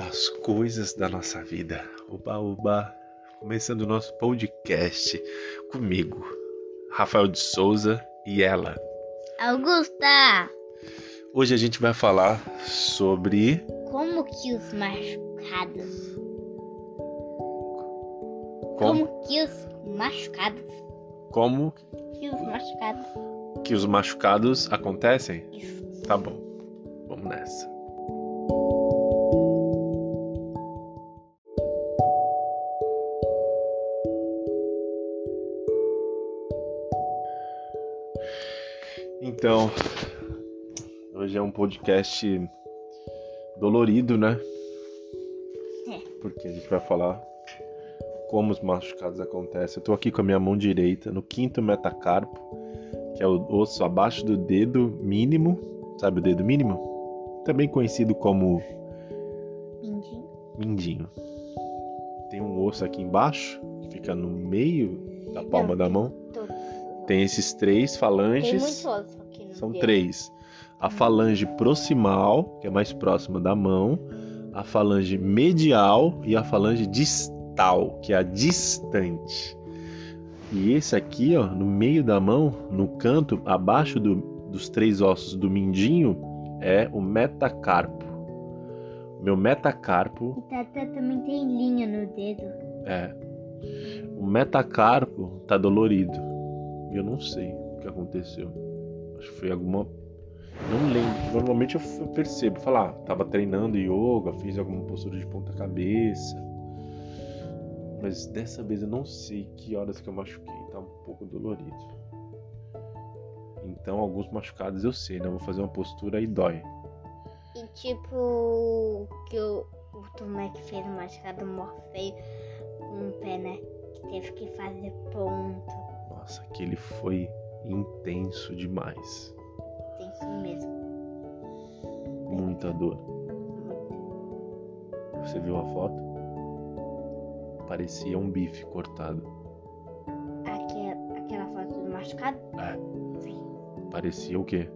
As coisas da nossa vida. Oba, oba. Começando o nosso podcast comigo, Rafael de Souza, e ela, Augusta! Hoje a gente vai falar sobre Como que os machucados. como que os machucados acontecem. Isso. Tá bom, vamos nessa. Então, hoje é um podcast dolorido, né? Porque a gente vai falar como os machucados acontecem. Eu tô aqui com a minha mão direita no quinto metacarpo, que é o osso abaixo do dedo mínimo. Sabe o dedo mínimo? Também conhecido como mindinho. Tem um osso aqui embaixo, que fica no meio da palma da mão. Tem esses três falanges. Tem muito osso aqui no São dedo. três. A falange proximal, que é mais próxima da mão, a falange medial e a falange distal, que é a distante. E esse aqui, ó, no meio da mão, no canto, abaixo dos três ossos do mindinho, é o metacarpo. Meu metacarpo O Tata também tem linha no dedo. o metacarpo tá dolorido. Eu não sei o que aconteceu. Acho que foi alguma... Não lembro. Normalmente eu percebo. Falar, tava treinando yoga, fiz alguma postura de ponta cabeça. Mas dessa vez eu não sei que horas que eu machuquei. Tá um pouco dolorido. Então alguns machucados eu sei, né? Eu vou fazer uma postura e dói. E tipo, que o Tomé que fez um machucado mó feio com o pé, né? Que teve que fazer ponto. Nossa, aquele foi intenso demais. Tem isso mesmo. Muita dor. Você viu a foto? Parecia um bife cortado. Aquela foto do machucado? Sim. Parecia o quê?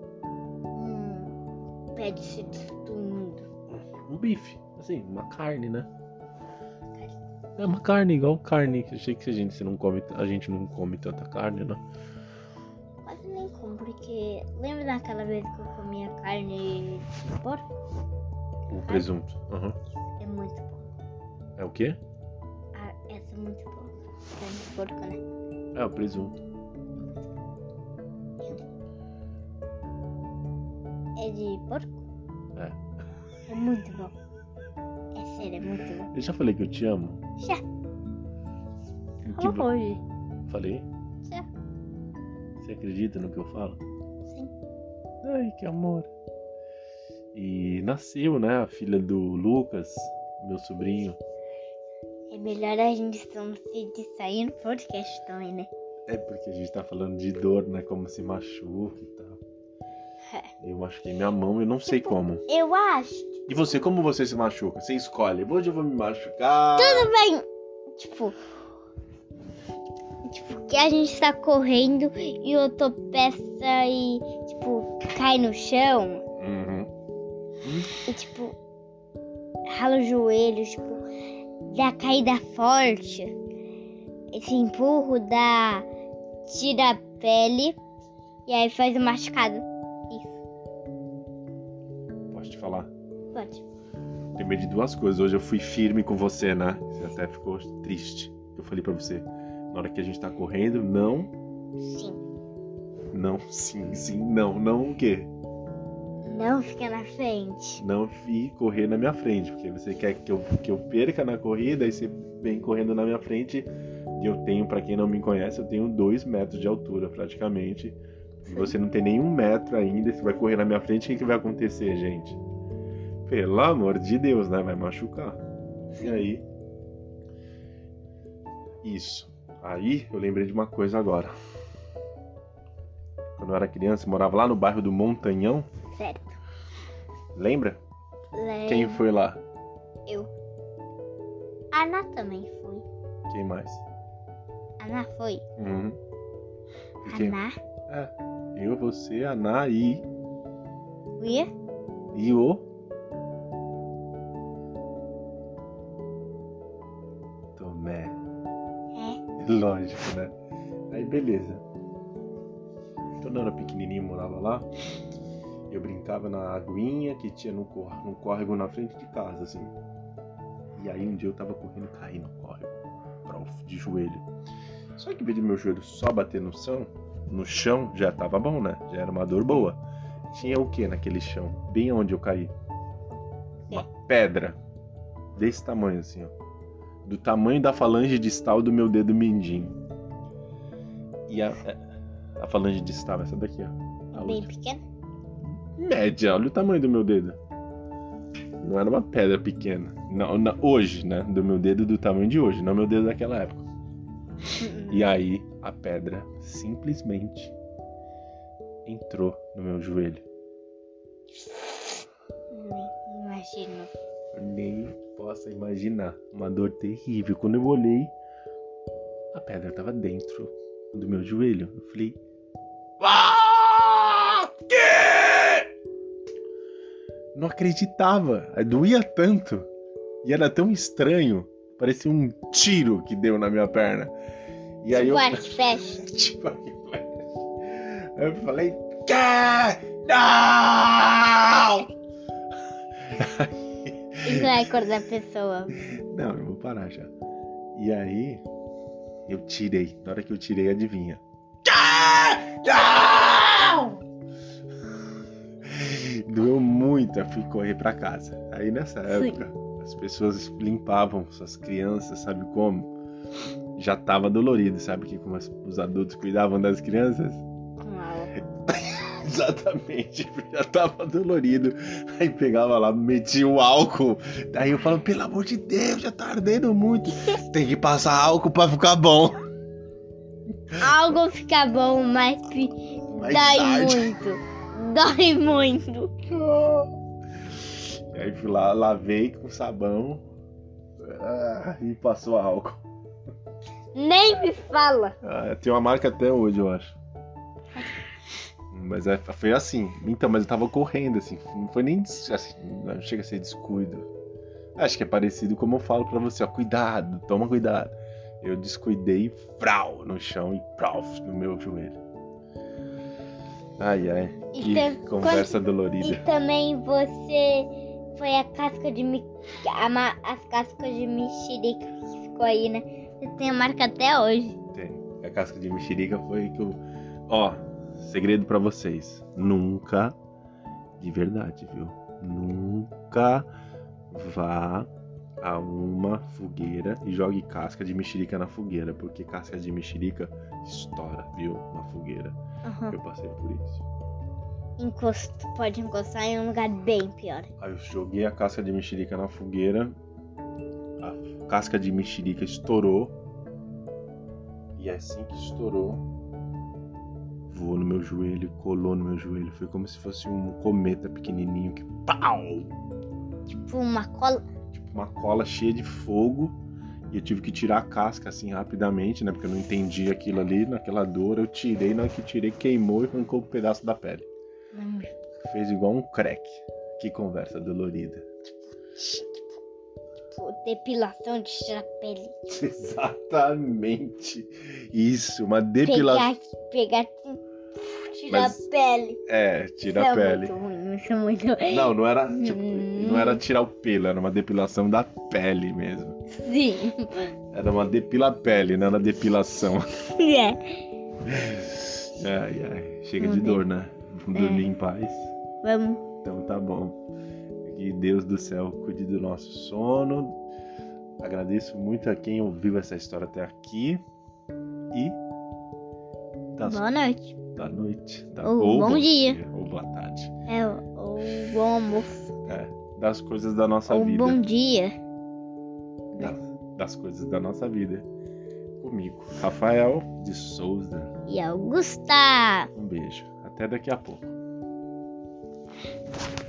Pé de se destruindo. Um bife. Assim, uma carne, né? É uma carne, igual carne. Eu achei que a gente não come tanta carne, né? Quase nem como, porque lembra daquela vez que eu comia carne de porco? O presunto. Uhum. É muito bom. É o quê? Essa é muito boa. Carne de porco, né? É o presunto. É de porco? É. É muito bom. É sério, é muito bom. Eu já falei que eu te amo. Já. Que Falou hoje. Falei? Já. Você acredita no que eu falo? Sim. Ai, que amor. E nasceu, né? A filha do Lucas, meu sobrinho. É melhor a gente não se distrair no podcast também, né? É porque a gente tá falando de dor, né? Como se machuca e tal. Eu machuquei minha mão, eu não sei como. Eu acho. E você, como você se machuca? Você escolhe, hoje eu vou me machucar. Tudo bem. Tipo, que a gente tá correndo e eu tropeça e, tipo, cai no chão. Uhum. E, tipo, rala o joelho, tipo, dá caída forte. Esse empurro tira a pele e aí faz o machucado. Isso. Posso te falar? Pode. Tem medo de duas coisas. Hoje eu fui firme com você, né? Você até ficou triste. Eu falei pra você, na hora que a gente tá correndo, não... Sim. Não, sim, não. Não o quê? Não fica na frente. Não ir correr na minha frente, porque você quer que eu perca na corrida, aí você vem correndo na minha frente. E eu tenho, pra quem não me conhece, eu tenho 2 metros de altura praticamente. E você não tem nem 1 metro ainda, você vai correr na minha frente, o que vai acontecer, gente? Pelo amor de Deus, né? Vai machucar. E aí? Isso. Aí eu lembrei de uma coisa agora. Quando eu era criança, eu morava lá no bairro do Montanhão. Certo. Lembra? Quem foi lá? Eu. A Ana também foi. Quem mais? A Ana foi. Uhum. A Quem? Ana. Eu, você, a Ana e Uia. o... lógico, né? Aí beleza. Quando eu era pequenininho, morava lá, eu brincava na aguinha que tinha num córrego na frente de casa, assim. E aí um dia eu tava correndo e caí no córrego, de joelho. Só que em vez de meu joelho só bater no chão já tava bom, né? Já era uma dor boa. Tinha o que naquele chão? Bem onde eu caí? Uma pedra. Desse tamanho, assim, ó. Do tamanho da falange distal do meu dedo mindinho. E a falange distal, essa daqui, ó. Bem pequena? Média, olha o tamanho do meu dedo. Não era uma pedra pequena. Não, hoje, né? Do meu dedo do tamanho de hoje, não meu dedo daquela época. E aí, a pedra simplesmente entrou no meu joelho. Nem imagino. Nem posso imaginar. Uma dor terrível. Quando eu olhei, a pedra estava dentro do meu joelho. Eu falei... Que? Não acreditava. Doía tanto. E era tão estranho. Parecia um tiro que deu na minha perna. E aí arco e flecha. Tipo arco e flecha. Aí eu falei... Que? Não! Isso é a cor da pessoa. Não, eu vou parar já. E aí, eu tirei. Na hora que eu tirei, adivinha? Não! Doeu muito, eu fui correr pra casa. Aí nessa época, as pessoas limpavam suas crianças, sabe como? Já tava dolorido, sabe que como os adultos cuidavam das crianças? Exatamente, já tava dolorido. Aí pegava lá, metia o álcool. Daí eu falo, pelo amor de Deus, já tá ardendo muito. Tem que passar álcool pra ficar bom. Álcool fica bom, mas dói muito. Dói muito. E aí fui lá, lavei com sabão e passou álcool. Nem me fala. Tem uma marca até hoje, eu acho. Mas foi assim. Então, mas eu tava correndo, assim. Não foi nem assim, não chega a ser descuido. Acho que é parecido como eu falo pra você, ó. Cuidado, toma cuidado. Eu descuidei, vrau, no chão e vrau, no meu joelho. Ai, ai. Que conversa dolorida. E também você foi a casca de as cascas de mexerica que ficou aí, né? Você tem a marca até hoje. Tem. A casca de mexerica foi que eu... Ó, segredo pra vocês. Nunca, de verdade, viu? Nunca vá a uma fogueira e jogue casca de mexerica na fogueira, porque casca de mexerica estoura, viu? Na fogueira. Eu passei por isso. Pode encostar em um lugar bem pior. Aí eu joguei a casca de mexerica na fogueira, a casca de mexerica estourou, e assim que estourou, voou no meu joelho, colou no meu joelho. Foi como se fosse um cometa pequenininho que pau! Tipo uma cola? Tipo uma cola cheia de fogo. E eu tive que tirar a casca assim rapidamente, né? Porque eu não entendi aquilo ali, naquela dor. Eu tirei, na hora que tirei, queimou e arrancou um pedaço da pele. Fez igual um crack. Que conversa dolorida. Tipo depilação de tirar a pele. Exatamente. Isso, uma depilação. Pegar tirar a pele. Tirar a pele. Isso é muito ruim. Não era tipo, não era tirar o pelo, era uma depilação da pele mesmo. Sim. Era uma depila-pele, não era depilação. Ai. Chega de dor, né? Vamos dormir em paz. Vamos. Então tá bom. Que Deus do céu cuide do nosso sono. Agradeço muito a quem ouviu essa história até aqui. E boa noite. Da noite. Ou bom dia. Ou boa tarde. Ou bom almoço. Das coisas da nossa ou vida. Bom dia. Das coisas da nossa vida. Comigo, Rafael de Souza. E Augusta. Um beijo. Até daqui a pouco.